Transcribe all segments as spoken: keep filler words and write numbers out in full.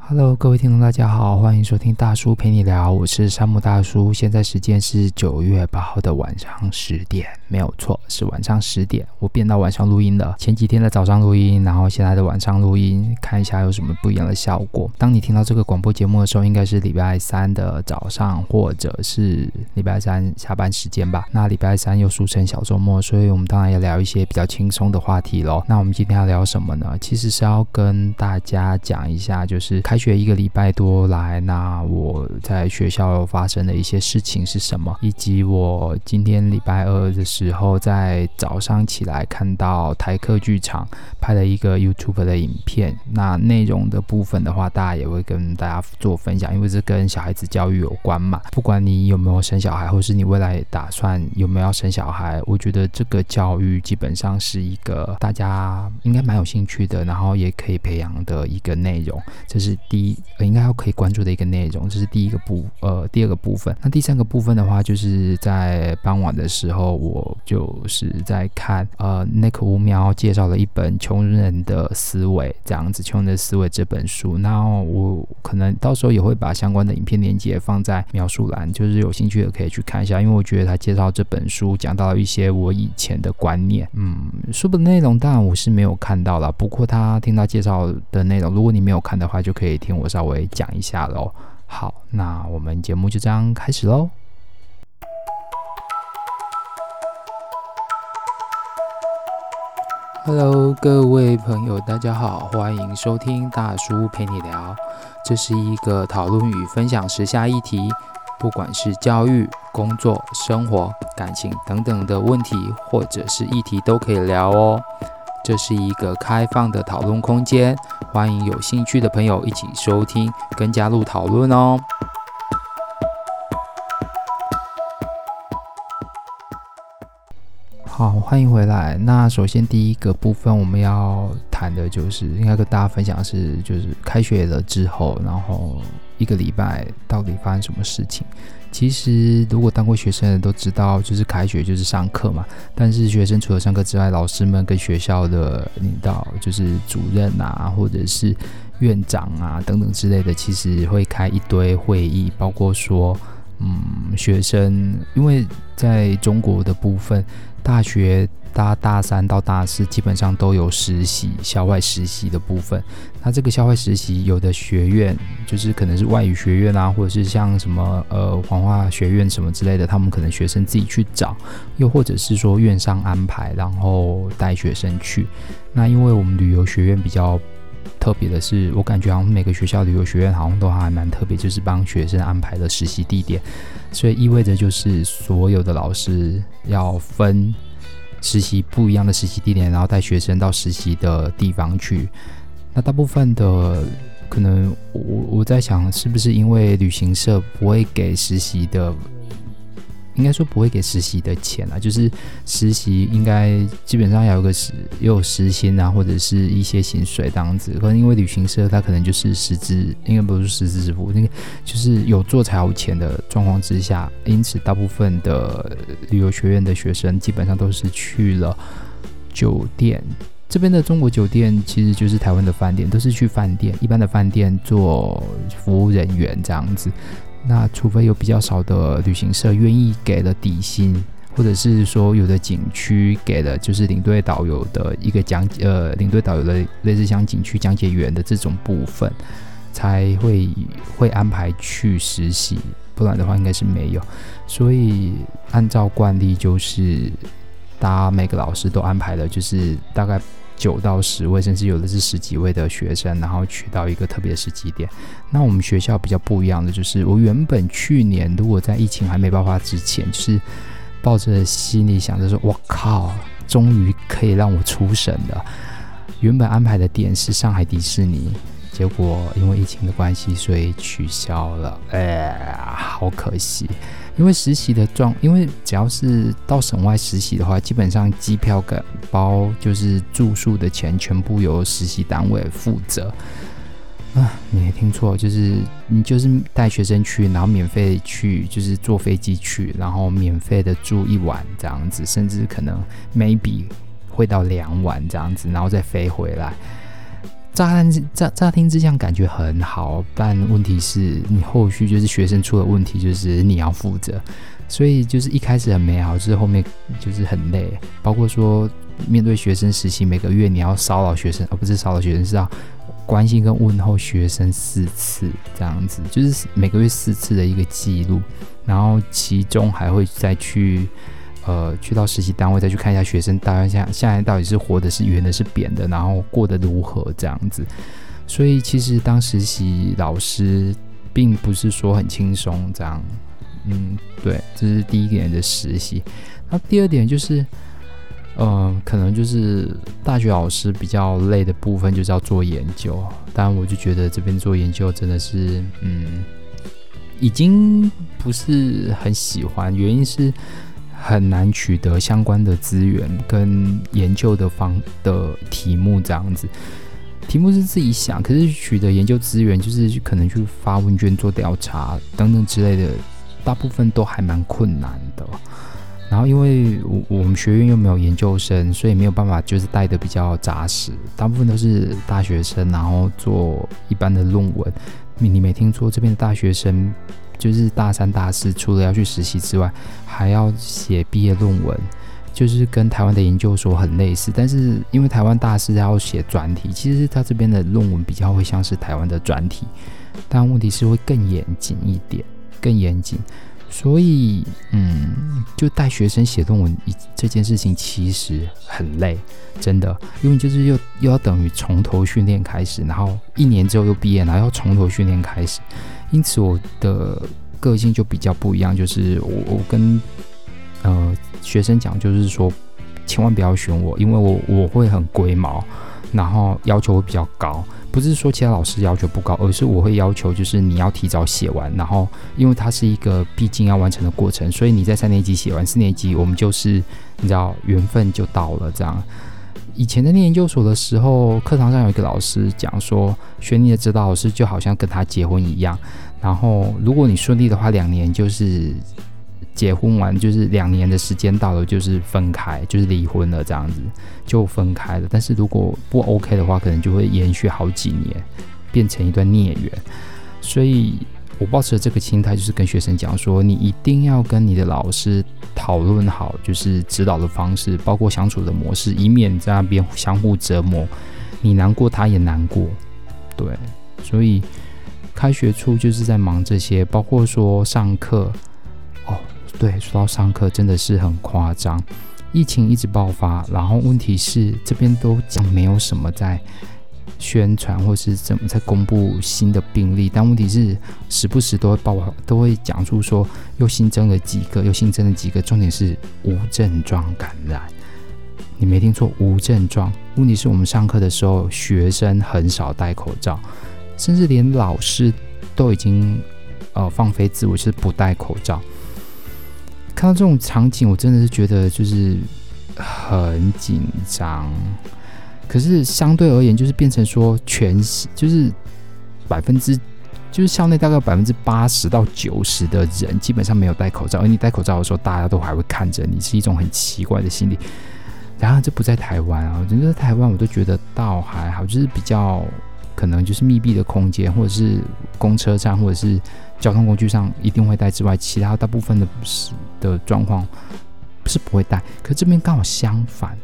Hello， 各位听众大家好，欢迎收听大叔陪你聊，我是山姆大叔。现在时间是九月八号的晚上十点，没有错，是晚上十点。我变到晚上录音了，前几天的早上录音，然后现在的晚上录音，看一下有什么不一样的效果。当你听到这个广播节目的时候，应该是礼拜三的早上，或者是礼拜三下班时间吧。那礼拜三又俗称小周末，所以我们当然要聊一些比较轻松的话题咯。那我们今天要聊什么呢？其实是要跟大家讲一下，就是开学一个礼拜多来，那我在学校发生的一些事情是什么，以及我今天礼拜二的时候在早上起来看到台客剧场拍了一个 YouTube 的影片，那内容的部分的话，大家也会跟大家做分享，因为这跟小孩子教育有关嘛。不管你有没有生小孩，或是你未来打算有没有要生小孩，我觉得这个教育基本上是一个大家应该蛮有兴趣的，然后也可以培养的一个内容，这是第一应该要可以关注的一个内容，这是第一个部呃第二个部分。那第三个部分的话，就是在傍晚的时候，我就是在看呃那个吴苗介绍了一本穷人的思维，这样子穷人的思维这本书。那我可能到时候也会把相关的影片连结放在描述栏，就是有兴趣的可以去看一下，因为我觉得他介绍这本书讲到了一些我以前的观念。嗯，书本的内容当然我是没有看到啦，不过他听到介绍的内容，如果你没有看的话，就可以听我稍微讲一下咯。好，那我们节目就这样开始咯。Hello， 各位朋友，大家好，欢迎收听大叔陪你聊。这是一个讨论与分享时下议题，不管是教育、工作、生活、感情等等的问题，或者是议题都可以聊哦。这是一个开放的讨论空间，欢迎有兴趣的朋友一起收听跟加入讨论哦。好，欢迎回来。那首先第一个部分我们要谈的就是，应该跟大家分享的是，就是开学了之后，然后一个礼拜到底发生什么事情。其实如果当过学生的都知道，就是开学就是上课嘛，但是学生除了上课之外，老师们跟学校的领导，就是主任啊，或者是院长啊等等之类的，其实会开一堆会议，包括说嗯，学生因为在中国的部分，大学大大三到大四基本上都有实习，校外实习的部分。那这个校外实习，有的学院就是可能是外语学院啊，或者是像什么呃黄化学院什么之类的，他们可能学生自己去找，又或者是说院上安排，然后带学生去。那因为我们旅游学院比较特别的是，我感觉好像每个学校旅游学院好像都还蛮特别，就是帮学生安排了实习地点，所以意味着就是所有的老师要分实习不一样的实习地点，然后带学生到实习的地方去。那大部分的可能 我, 我在想，是不是因为旅行社不会给实习的，应该说不会给实习的钱啊，就是实习应该基本上要有个实也有时薪啊，或者是一些薪水这样子。可能因为旅行社它可能就是实支，应该不是实支支付，那个就是有做才有钱的状况之下，因此大部分的旅游学院的学生基本上都是去了酒店。这边的中国酒店其实就是台湾的饭店，都是去饭店一般的饭店做服务人员这样子。那除非有比较少的旅行社愿意给了底薪，或者是说有的景区给了就是领队导游的一个讲呃领队导游的类似像景区讲解员的这种部分，才会会安排去实习，不然的话应该是没有。所以按照惯例就是大家每个老师都安排了就是大概九到十位，甚至有的是十几位的学生，然后去到一个特别的时机点。那我们学校比较不一样的就是，我原本去年如果在疫情还没爆发之前，就是抱着心里想着说，哇靠，终于可以让我出省了。原本安排的点是上海迪士尼，结果因为疫情的关系，所以取消了，哎，好可惜。因为实习的状，因为只要是到省外实习的话，基本上机票跟包就是住宿的钱全部由实习单位负责。啊，你没听错，就是你就是带学生去，然后免费去，就是坐飞机去，然后免费的住一晚这样子，甚至可能 maybe 会到两晚这样子，然后再飞回来。 乍听乍乍听之下感觉很好，但问题是你后续就是学生出了问题，就是你要负责，所以就是一开始很美好，就是后面就是很累，包括说面对学生实习，每个月你要骚扰学生，而、哦、不是骚扰学生，是要关心跟问候学生四次，这样子，就是每个月四次的一个记录，然后其中还会再去。呃，去到实习单位再去看一下学生大概现在到底是活的是圆的是扁的，然后过得如何这样子。所以其实当实习老师并不是说很轻松这样。嗯，对，这是第一点的实习。那第二点就是，呃，可能就是大学老师比较累的部分就是要做研究。当然，我就觉得这边做研究真的是，嗯，已经不是很喜欢，原因是。很难取得相关的资源跟研究的方的题目这样子，题目是自己想，可是取得研究资源就是可能去发问卷做调查等等之类的，大部分都还蛮困难的。然后因为我们学院又没有研究生，所以没有办法就是带的比较扎实，大部分都是大学生，然后做一般的论文。你没听错，这边的大学生就是大三大四除了要去实习之外，还要写毕业论文，就是跟台湾的研究所很类似，但是因为台湾大四要写专题，其实他这边的论文比较会像是台湾的专题，但问题是会更严谨一点，更严谨。所以，嗯，就带学生写论文这件事情其实很累，真的，因为就是又又要等于从头训练开始，然后一年之后又毕业，然后要从头训练开始。因此，我的个性就比较不一样，就是我我跟呃学生讲，就是说千万不要选我，因为我我会很龟毛，然后要求会比较高。不是说其他老师要求不高，而是我会要求就是你要提早写完，然后因为它是一个必经要完成的过程，所以你在三年级写完，四年级我们就是你知道缘分就到了这样。以前在念研究所的时候，课堂上有一个老师讲说，学历的指导老师就好像跟他结婚一样，然后如果你顺利的话，两年就是结婚完，就是两年的时间到了，就是分开，就是离婚了，这样子就分开了。但是如果不 OK 的话，可能就会延续好几年，变成一段孽缘。所以我抱持这个心态，就是跟学生讲说，你一定要跟你的老师讨论好，就是指导的方式，包括相处的模式，以免在那边相互折磨，你难过，他也难过。对，所以开学初就是在忙这些，包括说上课。哦，对，说到上课真的是很夸张，疫情一直爆发，然后问题是这边都讲没有什么在宣传或是怎么在公布新的病例，但问题是时不时都会爆，都会讲出说又新增了几个，又新增了几个，重点是无症状感染。你没听错，无症状。问题是我们上课的时候，学生很少戴口罩，甚至连老师都已经呃放飞自我，就是不戴口罩。看到这种场景，我真的是觉得就是很紧张。可是相对而言，就是变成说全就是百分之，就是校内大概百分之八十到九十的人基本上没有戴口罩，而你戴口罩的时候，大家都还会看着你，是一种很奇怪的心理。然后这不在台湾啊，我觉得在台湾我都觉得倒还好，就是比较可能就是密闭的空间，或者是公车站，或者是交通工具上一定会戴之外，其他大部分的的状况是不会戴。可是这边刚好相反，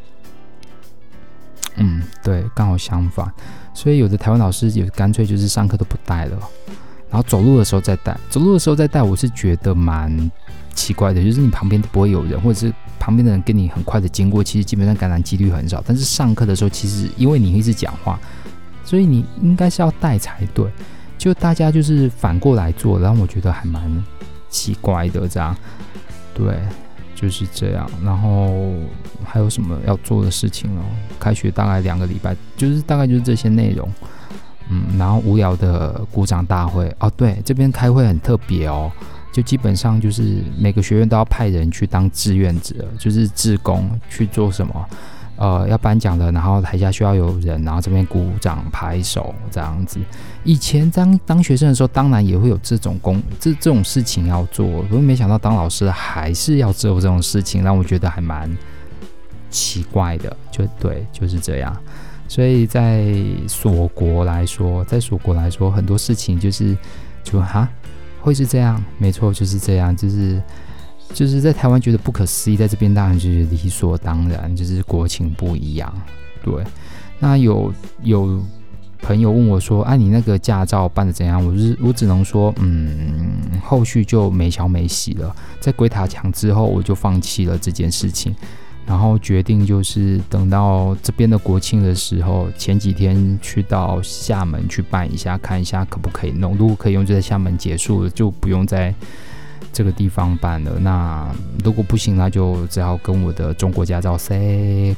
嗯，对，刚好相反。所以有的台湾老师也干脆就是上课都不戴了，然后走路的时候再戴。走路的时候再戴，我是觉得蛮奇怪的，就是你旁边不会有人，或者是旁边的人跟你很快的经过，其实基本上感染几率很少。但是上课的时候，其实因为你一直讲话，所以你应该是要戴才对。就大家就是反过来做，然后我觉得还蛮奇怪的，这样，对，就是这样。然后还有什么要做的事情哦？开学大概两个礼拜，就是大概就是这些内容。嗯，然后无聊的鼓掌大会哦，对，这边开会很特别哦，就基本上就是每个学院都要派人去当志愿者，就是志工去做什么。呃，要颁奖的，然后台下需要有人，然后这边鼓掌拍手这样子。以前当当学生的时候，当然也会有这种工这这种事情要做，不过没想到当老师还是要做这种事情，让我觉得还蛮奇怪的。就对，就是这样。 所以在锁国来说，在锁国来说，很多事情就是就哈会是这样，没错，就是这样，就是就是在台湾觉得不可思议，在这边当然就是理所当然，就是国情不一样。对，那有有朋友问我说：“哎、啊，你那个驾照办得怎样？”我是我只能说，嗯，后续就没消没息了。在鬼塔墙之后，我就放弃了这件事情。然后决定就是等到这边的国庆的时候，前几天去到厦门去办一下，看一下可不可以弄。如果可以用，就在厦门结束了，就不用在这个地方办了。那如果不行，那就只好跟我的中国驾照 say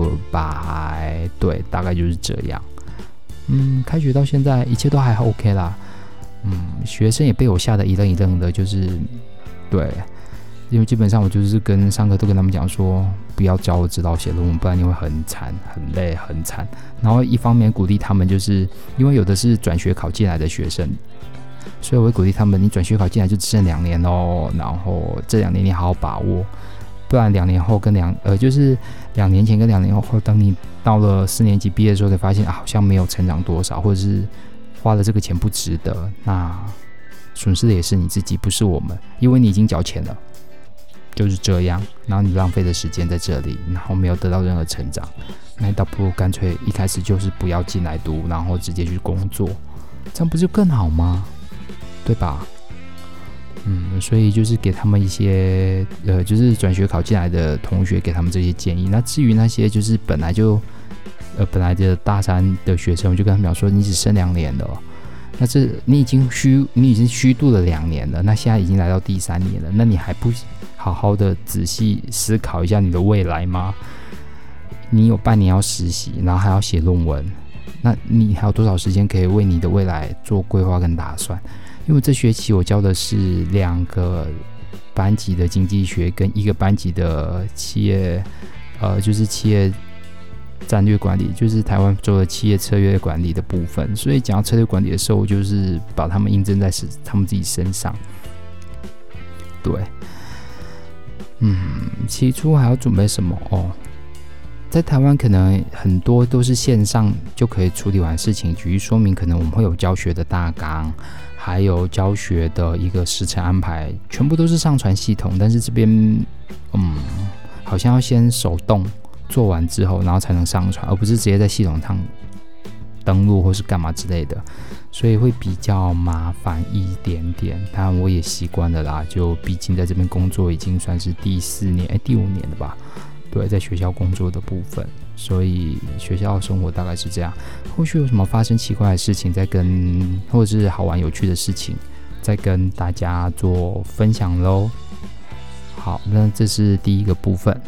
goodbye。对，大概就是这样。嗯，开学到现在一切都还 OK 啦。嗯，学生也被我吓得一愣一愣的，就是对。因为基本上我就是跟上课都跟他们讲说，不要教我指导写论文，不然你会很惨、很累、很惨。然后一方面鼓励他们，就是因为有的是转学考进来的学生，所以我会鼓励他们，你转学考进来就只剩两年哦，然后这两年你好好把握，不然两年后跟两呃就是两年前跟两年后，等你到了四年级毕业的时候，才发现啊好像没有成长多少，或者是花了这个钱不值得，那损失的也是你自己，不是我们，因为你已经缴钱了。就是这样，然后你浪费的时间在这里，然后没有得到任何成长，那你倒不如干脆一开始就是不要进来读，然后直接去工作，这样不就更好吗？对吧？嗯，所以就是给他们一些呃，就是转学考进来的同学，给他们这些建议。那至于那些就是本来就呃本来的大三的学生，我就跟他们讲说，你只剩两年了。那这你已经虚，你已经虚度了两年了，那现在已经来到第三年了，那你还不好好的仔细思考一下你的未来吗？你有半年要实习，然后还要写论文，那你还有多少时间可以为你的未来做规划跟打算？因为这学期我教的是两个班级的经济学跟一个班级的企业，呃，就是企业战略管理，就是台湾做的企业策略管理的部分，所以讲到策略管理的时候，就是把他们印证在他们自己身上。对，嗯，起初还要准备什么哦？在台湾可能很多都是线上就可以处理完事情，举例说明，可能我们会有教学的大纲，还有教学的一个时程安排，全部都是上传系统，但是这边嗯，好像要先手动做完之后，然后才能上传，而不是直接在系统上登录或是干嘛之类的，所以会比较麻烦一点点。当然我也习惯了啦，就毕竟在这边工作已经算是第四年，哎，第五年了吧？对，在学校工作的部分，所以学校生活大概是这样。后续有什么发生奇怪的事情，再跟或者是好玩有趣的事情，再跟大家做分享咯。好，那这是第一个部分。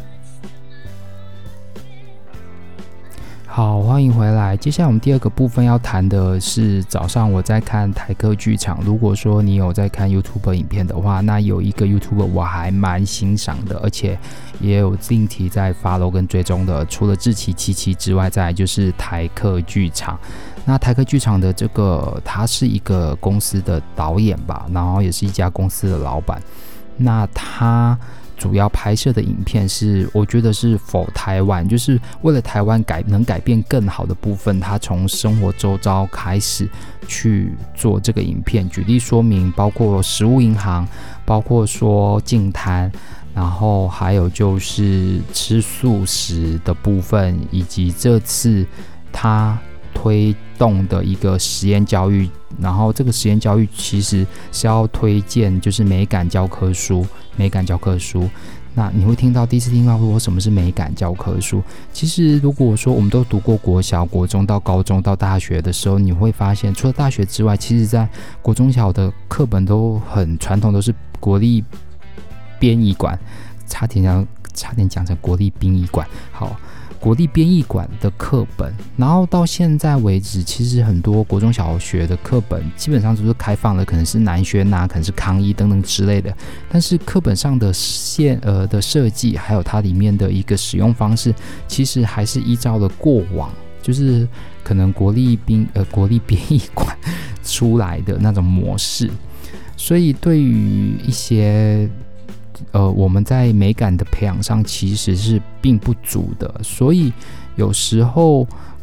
好，欢迎回来。接下来我们第二个部分要谈的是早上我在看台客剧场。如果说你有在看 YouTube 影片的话，那有一个 YouTube 我还蛮欣赏的，而且也有定期在 follow 跟追踪的。除了志祺七七之外，再来就是台客剧场。那台客剧场的这个，他是一个公司的导演吧，然后也是一家公司的老板。那他主要拍摄的影片是，我觉得是 for 台湾，就是为了台湾改能改变更好的部分，他从生活周遭开始去做这个影片。举例说明，包括食物银行，包括说净滩，然后还有就是吃素食的部分，以及这次他推动的一个实验教育。然后这个实验教育其实是要推荐就是美感教科书，美感教科书。那你会听到第一次听到说什么是美感教科书？其实如果说我们都读过国小、国中到高中到大学的时候，你会发现除了大学之外，其实在国中小的课本都很传统，都是国立编译馆，差点讲差点讲成国立殡仪馆。好。国立编译馆的课本，然后到现在为止，其实很多国中小学的课本基本上都是开放的，可能是南轩啊，可能是康一等等之类的。但是课本上的线呃的设计，还有它里面的一个使用方式，其实还是依照了过往，就是可能国立编呃国立编译馆出来的那种模式。所以对于一些呃，我们在美感的培养上其实是并不足的，所以有时候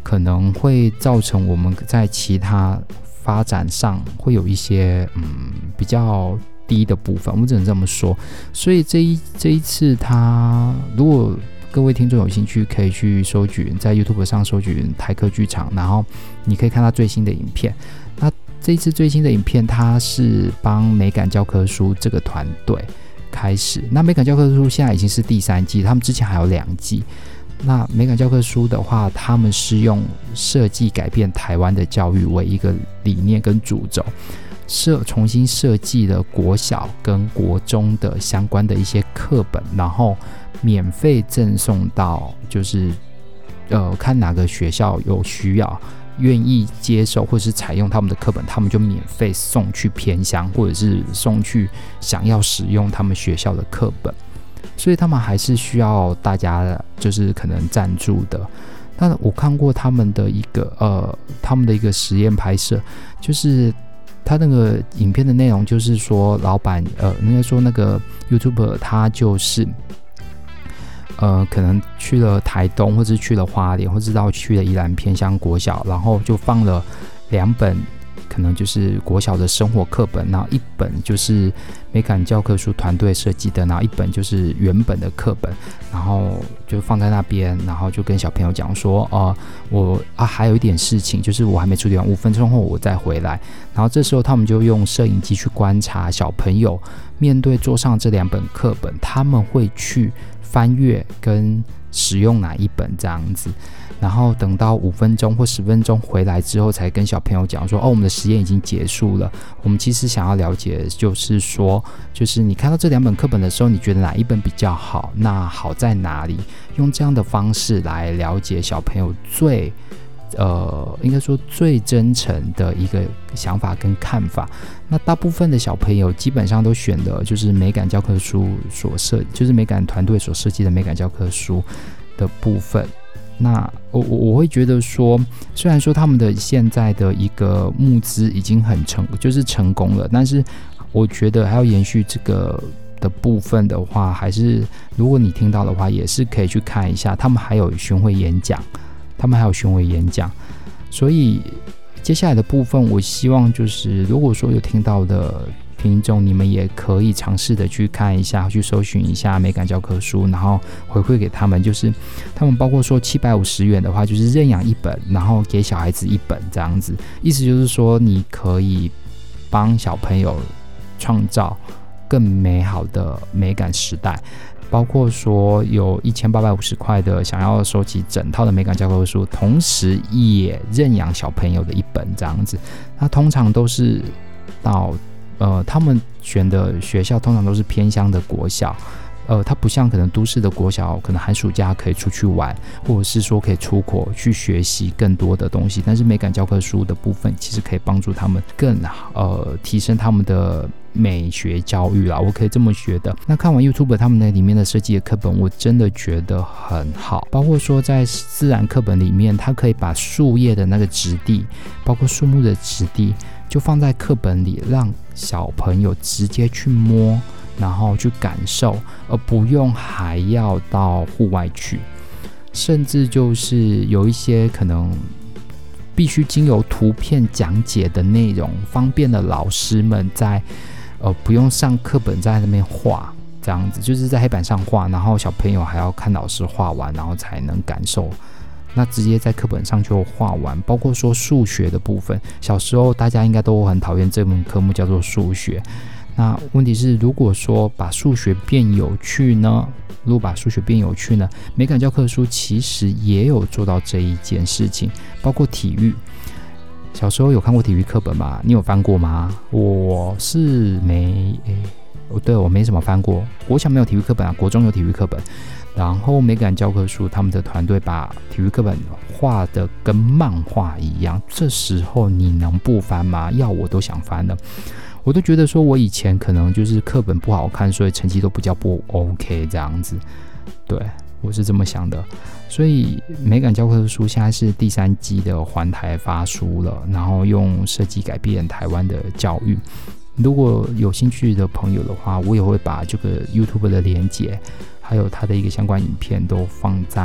可能会造成我们在其他发展上会有一些嗯比较低的部分，我只能这么说。所以这一这一次他如果各位听众有兴趣，可以去搜寻，在 YouTube 上搜寻台客剧场，然后你可以看到最新的影片。那这一次最新的影片，它是帮美感教科书这个团队开始。那美感教科书现在已经是第三季，他们之前还有两季。那美感教科书的话，他们是用设计改变台湾的教育为一个理念跟主轴，设重新设计了国小跟国中的相关的一些课本，然后免费赠送到，就是呃看哪个学校有需要，愿意接受或是采用他们的课本，他们就免费送去偏乡，或者是送去想要使用他们学校的课本。所以他们还是需要大家就是可能赞助的。但我看过他们的一个呃他们的一个实验拍摄，就是他那个影片的内容就是说，老板呃应该说那个 YouTuber 他就是呃可能去了台东，或者去了花莲，或者到去了宜兰偏乡国小，然后就放了两本可能就是国小的生活课本，然后一本就是美感教科书团队设计的，然后一本就是原本的课本，然后就放在那边，然后就跟小朋友讲说，呃，我啊还有一点事情，就是我还没处理完，五分钟后我再回来。然后这时候他们就用摄影机去观察小朋友面对桌上这两本课本，他们会去翻阅跟使用哪一本这样子。然后等到五分钟或十分钟回来之后，才跟小朋友讲说，哦，我们的实验已经结束了。我们其实想要了解，就是说，就是你看到这两本课本的时候，你觉得哪一本比较好？那好在哪里？用这样的方式来了解小朋友最，呃，应该说最真诚的一个想法跟看法。那大部分的小朋友基本上都选了就是美感教科书所设，就是美感团队所设计的美感教科书的部分。那我我会觉得说，虽然说他们的现在的一个募资已经很成，就是成功了，但是我觉得还要延续这个的部分的话，还是如果你听到的话，也是可以去看一下。他们还有巡回演讲，他们还有巡回演讲，所以接下来的部分，我希望就是如果说有听到的听众，你们也可以尝试的去看一下，去搜寻一下美感教科书，然后回馈给他们。就是他们包括说七百五十元的话，就是认养一本，然后给小孩子一本这样子。意思就是说，你可以帮小朋友创造更美好的美感时代。包括说有一千八百五十块的想要收集整套的美感教科书，同时也认养小朋友的一本这样子。那通常都是到呃，他们选的学校通常都是偏乡的国小，呃，它不像可能都市的国小，可能寒暑假可以出去玩，或者是说可以出国去学习更多的东西。但是美感教科书的部分，其实可以帮助他们更呃提升他们的美学教育啦，我可以这么觉得。那看完 YouTube 他们那里面的设计的课本，我真的觉得很好。包括说在自然课本里面，它可以把树叶的那个质地，包括树木的质地，就放在课本里，让小朋友直接去摸，然后去感受，而不用还要到户外去。甚至就是有一些可能必须经由图片讲解的内容，方便了老师们在呃不用上课本在那边画，这样子就是在黑板上画，然后小朋友还要看老师画完，然后才能感受。那直接在课本上就画完。包括说数学的部分，小时候大家应该都很讨厌这门科目叫做数学。那问题是，如果说把数学变有趣呢？如果把数学变有趣呢？美感教科书其实也有做到这一件事情。包括体育，小时候有看过体育课本吗？你有翻过吗？我是没，诶，对，我没什么翻过。国小没有体育课本啊，国中有体育课本。然后美感教科书他们的团队把体育课本画的跟漫画一样，这时候你能不翻吗？要我都想翻了。我都觉得说我以前可能就是课本不好看，所以成绩都比较不 OK 这样子。对，我是这么想的。所以美感教科书现在是第三季的环台发书了，然后用设计改变台湾的教育。如果有兴趣的朋友的话，我也会把这个 YouTube 的连结还有它的一个相关影片都放在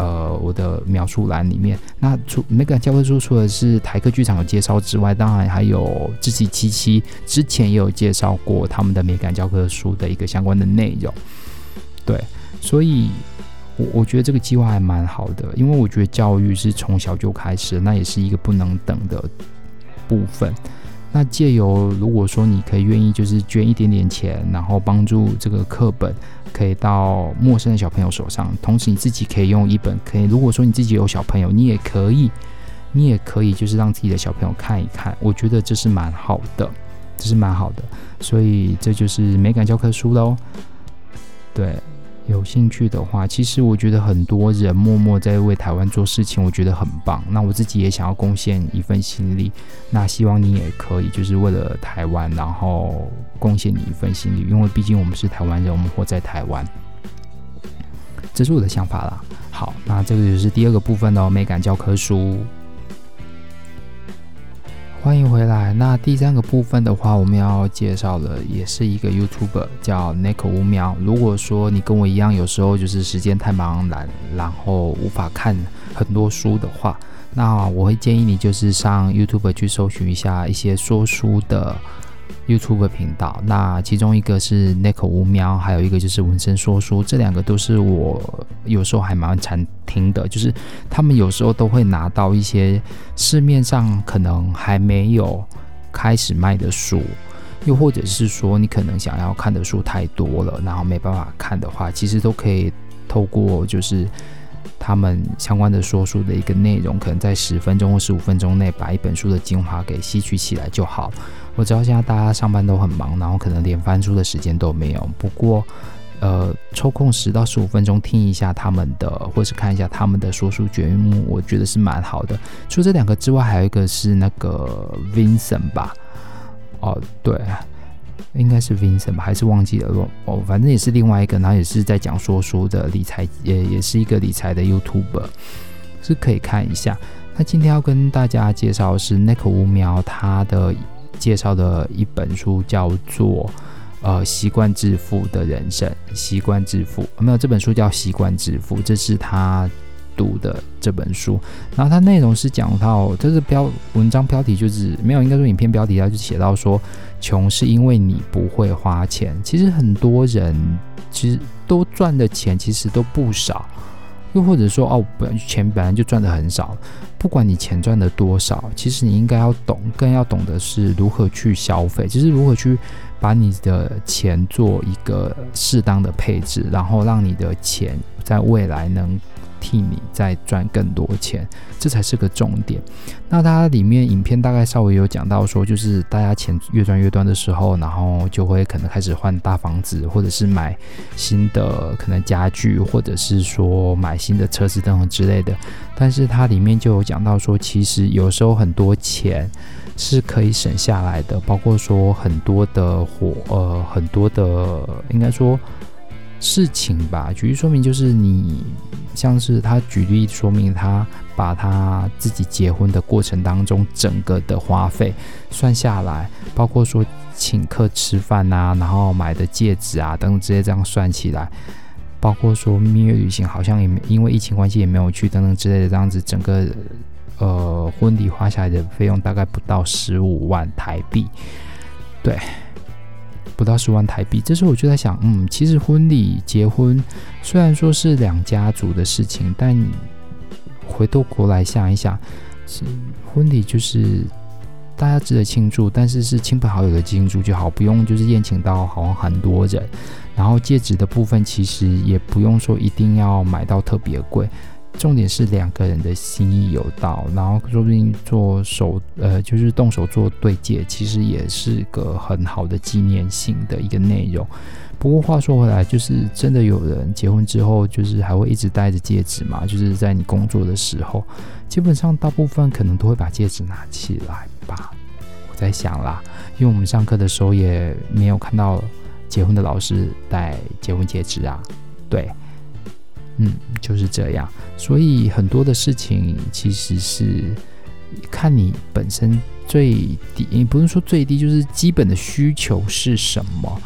呃我的描述栏里面。那除美感教科书除了是台客剧场有介绍之外，当然还有志祺七七之前也有介绍过他们的美感教科书的一个相关的内容。对，所以我我觉得这个计划还蛮好的，因为我觉得教育是从小就开始，那也是一个不能等的部分。那借由如果说你可以愿意就是捐一点点钱，然后帮助这个课本可以到陌生的小朋友手上，同时你自己可以用一本，可以如果说你自己有小朋友，你也可以你也可以就是让自己的小朋友看一看，我觉得这是蛮好的，这是蛮好的。所以这就是美感教科书咯。对，有兴趣的话，其实我觉得很多人默默在为台湾做事情，我觉得很棒。那我自己也想要贡献一份心力，那希望你也可以就是为了台湾，然后贡献你一份心力，因为毕竟我们是台湾人，我们活在台湾，这是我的想法啦。好，那这个就是第二个部分咯，美感教科书。欢迎回来。那第三个部分的话，我们要介绍的也是一个 YouTuber 叫 Neko 五秒。如果说你跟我一样，有时候就是时间太茫然，然后无法看很多书的话，那我会建议你就是上 YouTube 去搜寻一下一些说书的 YouTube 频道。那其中一个是 Neko 五秒，还有一个就是文森说书，这两个都是我有时候还蛮常听的，就是他们有时候都会拿到一些市面上可能还没有开始卖的书，又或者是说你可能想要看的书太多了，然后没办法看的话，其实都可以透过就是他们相关的说书的一个内容，可能在十分钟或十五分钟内把一本书的精华给吸取起来就好。我知道现在大家上班都很忙，然后可能连翻书的时间都没有，不过呃，抽空十到十五分钟听一下他们的，或是看一下他们的说书节目，我觉得是蛮好的。除了这两个之外，还有一个是那个 Vincent 吧，哦，对，应该是 Vincent 吧，还是忘记了哦，反正也是另外一个，然后也是在讲说书的理财，也也是一个理财的 YouTuber， 是可以看一下。那今天要跟大家介绍的是 Neko 五秒他的介绍的一本书，叫做呃，习惯致富的人生，习惯致富，没有，这本书叫习惯致富，这是他读的这本书。然后它内容是讲到，这是标文章标题就是没有，应该说影片标题，它就写到说，穷是因为你不会花钱。其实很多人其实都赚的钱其实都不少，又或者说哦，钱本来就赚的很少。不管你钱赚的多少，其实你应该要懂，更要懂的是如何去消费，就是如何去把你的钱做一个适当的配置，然后让你的钱在未来能替你再赚更多钱，这才是个重点。那它里面影片大概稍微有讲到说，就是大家钱越赚越多的时候，然后就会可能开始换大房子，或者是买新的可能家具，或者是说买新的车子等等之类的。但是它里面就有讲到说，其实有时候很多钱是可以省下来的，包括说很多的活呃很多的应该说事情吧。举例说明就是你像是他举例说明他把他自己结婚的过程当中整个的花费算下来，包括说请客吃饭啊，然后买的戒指啊等等之类，这样算起来，包括说蜜月旅行好像也因为疫情关系也没有去等等之类的，这样子整个呃婚礼花下来的费用大概不到十五万台币，对，不到十万台币。这时候我就在想，嗯，其实婚礼结婚虽然说是两家族的事情，但回过头来想一想，婚礼就是大家值得庆祝，但是是亲朋好友的庆祝就好，不用就是宴请到好像很多人。然后戒指的部分其实也不用说一定要买到特别贵，重点是两个人的心意有到，然后说不定做手呃就是动手做对戒，其实也是个很好的纪念性的一个内容。不过话说回来，就是真的有人结婚之后就是还会一直戴着戒指嘛，就是在你工作的时候，基本上大部分可能都会把戒指拿起来吧。我在想啦，因为我们上课的时候也没有看到结婚的老师戴结婚戒指啊，对，嗯，就是这样。所以很多的事情其实是看你本身最低，也不是说最低，就是基本的需求是什么，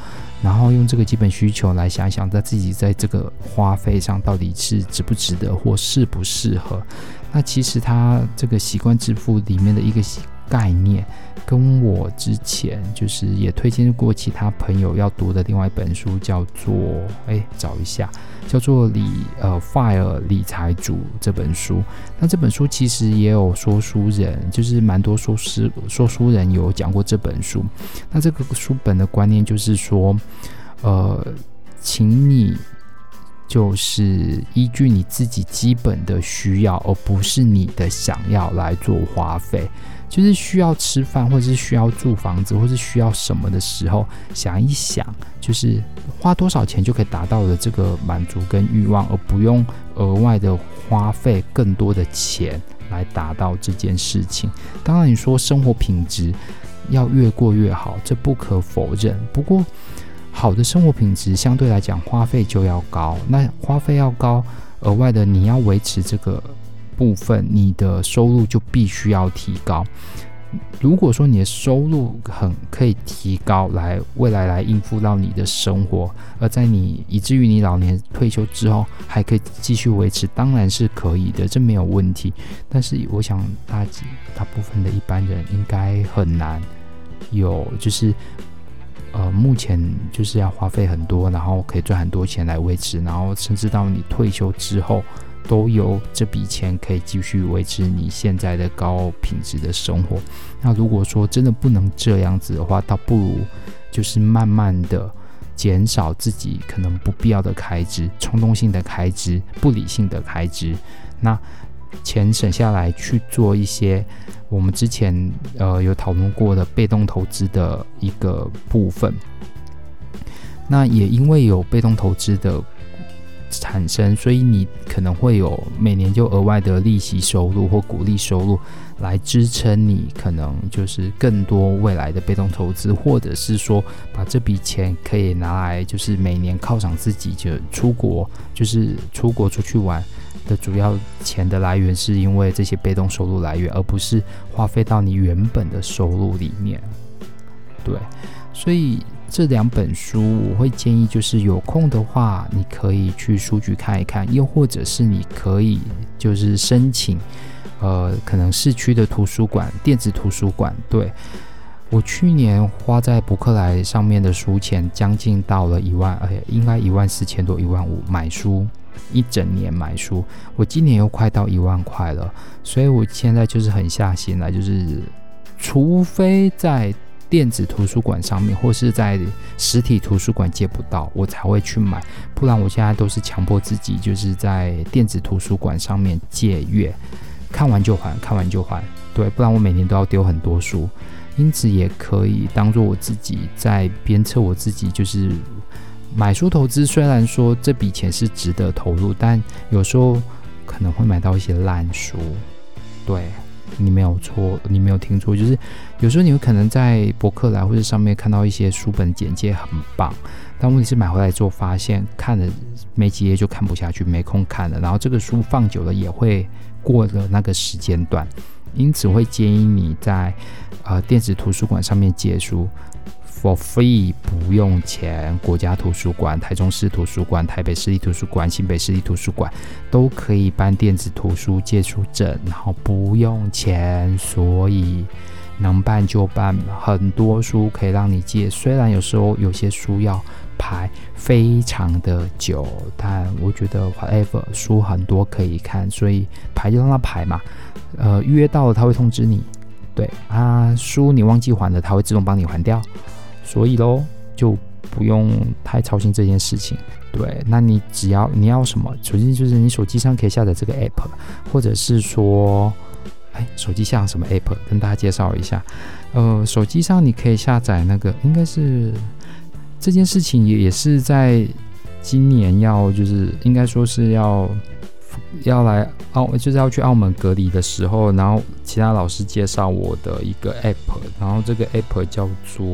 然后用这个基本需求来想想，在自己在这个花费上到底是值不值得或适不适合。那其实它这个习惯致富里面的一个概念，跟我之前就是也推荐过其他朋友要读的另外一本书，叫做哎找一下，叫做理呃 Fire 理财主这本书。那这本书其实也有说书人，就是蛮多说书说书人有讲过这本书。那这个书本的观念就是说，呃，请你就是依据你自己基本的需要，而不是你的想要来做花费。就是需要吃饭，或者是需要住房子，或是需要什么的时候，想一想，就是花多少钱就可以达到的这个满足跟欲望，而不用额外的花费更多的钱来达到这件事情。当然，你说生活品质要越过越好，这不可否认。不过，好的生活品质相对来讲，花费就要高。那花费要高，额外的你要维持这个部分，你的收入就必须要提高。如果说你的收入很可以提高，来未来来应付到你的生活，而在你以至于你老年退休之后还可以继续维持，当然是可以的，这没有问题。但是我想大大部分的一般人应该很难有，就是呃，目前就是要花费很多，然后可以赚很多钱来维持，然后甚至到你退休之后都有这笔钱可以继续维持你现在的高品质的生活。那如果说真的不能这样子的话，倒不如就是慢慢的减少自己可能不必要的开支、冲动性的开支、不理性的开支。那钱省下来去做一些我们之前呃有讨论过的被动投资的一个部分。那也因为有被动投资的产生，所以你可能会有每年就额外的利息收入或股利收入来支撑你可能就是更多未来的被动投资，或者是说把这笔钱可以拿来就是每年犒赏自己，就出国，就是出国出去玩的主要钱的来源是因为这些被动收入来源，而不是花费到你原本的收入里面。对，所以这两本书我会建议就是有空的话你可以去书局看一看，又或者是你可以就是申请呃可能市区的图书馆、电子图书馆。对，我去年花在博客来上面的书钱将近到了一万，而且应该一万四千多、一万五买书。一整年买书，我今年又快到一万块了，所以我现在就是很下心来，就是除非在电子图书馆上面或是在实体图书馆借不到，我才会去买，不然我现在都是强迫自己就是在电子图书馆上面借阅，看完就还，看完就还，对，不然我每年都要丢很多书，因此也可以当做我自己在鞭策我自己，就是买书投资，虽然说这笔钱是值得投入，但有时候可能会买到一些烂书。对，你没有错，你没有听错，就是有时候你会可能在博客来或者上面看到一些书本简介很棒，但问题是买回来之后发现看了没几页就看不下去，没空看了，然后这个书放久了也会过了那个时间段，因此会建议你在呃电子图书馆上面借书。For free 不用钱，国家图书馆、台中市图书馆、台北市立图书馆、新北市立图书馆都可以办电子图书借书证，然后不用钱，所以能办就办，很多书可以让你借。虽然有时候有些书要排非常的久，但我觉得 whatever 书很多可以看，所以排就让它排嘛。呃，预约到了他会通知你，对啊，书你忘记还了，他会自动帮你还掉。所以咯，就不用太操心这件事情。对，那你只要你要什么，首先就是你手机上可以下载这个 app， 或者是说，哎，手机下什么 app？ 跟大家介绍一下。呃，手机上你可以下载那个，应该是这件事情也也是在今年要，就是应该说是要要来澳，就是要去澳门隔离的时候，然后其他老师介绍我的一个 app， 然后这个 app 叫做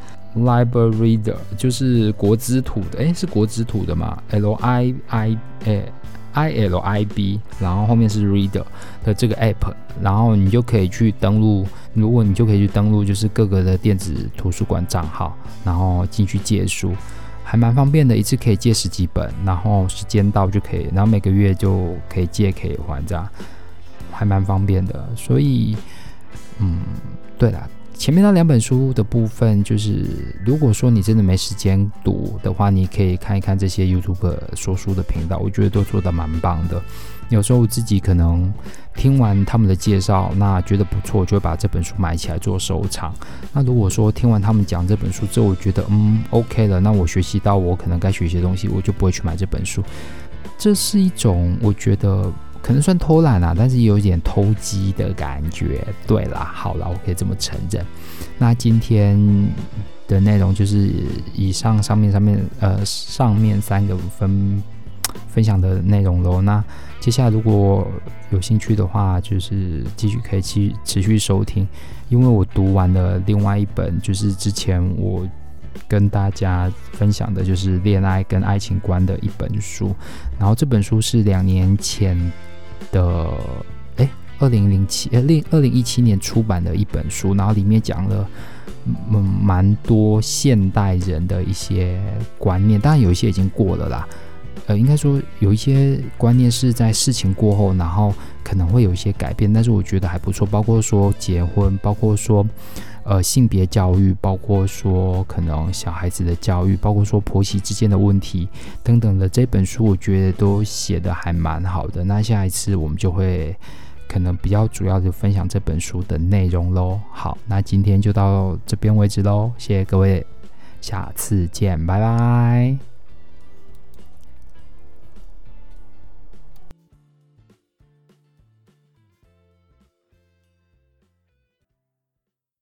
Library Reader， 就是国资图的，诶，是国资图的嘛 ？L I I 诶 I L I B， 然后后面是 Reader 的这个 app， 然后你就可以去登录，如果你就可以去登录就是各个的电子图书馆账号，然后进去借书，还蛮方便的，一次可以借十几本，然后时间到就可以，然后每个月就可以借可以还，这样还蛮方便的。所以嗯，对啦，前面那两本书的部分，就是如果说你真的没时间读的话，你可以看一看这些 YouTube 说书的频道，我觉得都做得蛮棒的。有时候我自己可能听完他们的介绍，那觉得不错，就会把这本书买起来做收藏。那如果说听完他们讲这本书之后，我觉得嗯 OK 了，那我学习到我可能该学习的东西，我就不会去买这本书。这是一种我觉得可能算偷懒啦、啊，但是有一点偷鸡的感觉。对啦，好啦，我可以这么承认。那今天的内容就是以上上面上面呃上面三个分分享的内容咯。那接下来如果有兴趣的话，就是继续可以持持续收听，因为我读完了另外一本，就是之前我跟大家分享的就是恋爱跟爱情观的一本书，然后这本书是两年前的，哎，二零零七呃，二零一七年出版的一本书，然后里面讲了嗯蛮多现代人的一些观念，当然有一些已经过了啦，呃，应该说有一些观念是在事情过后，然后可能会有一些改变，但是我觉得还不错，包括说结婚，包括说呃性别教育，包括说可能小孩子的教育，包括说婆媳之间的问题等等的，这本书我觉得都写得还蛮好的。那下一次我们就会可能比较主要的分享这本书的内容咯。好，那今天就到这边为止咯，谢谢各位，下次见，拜拜。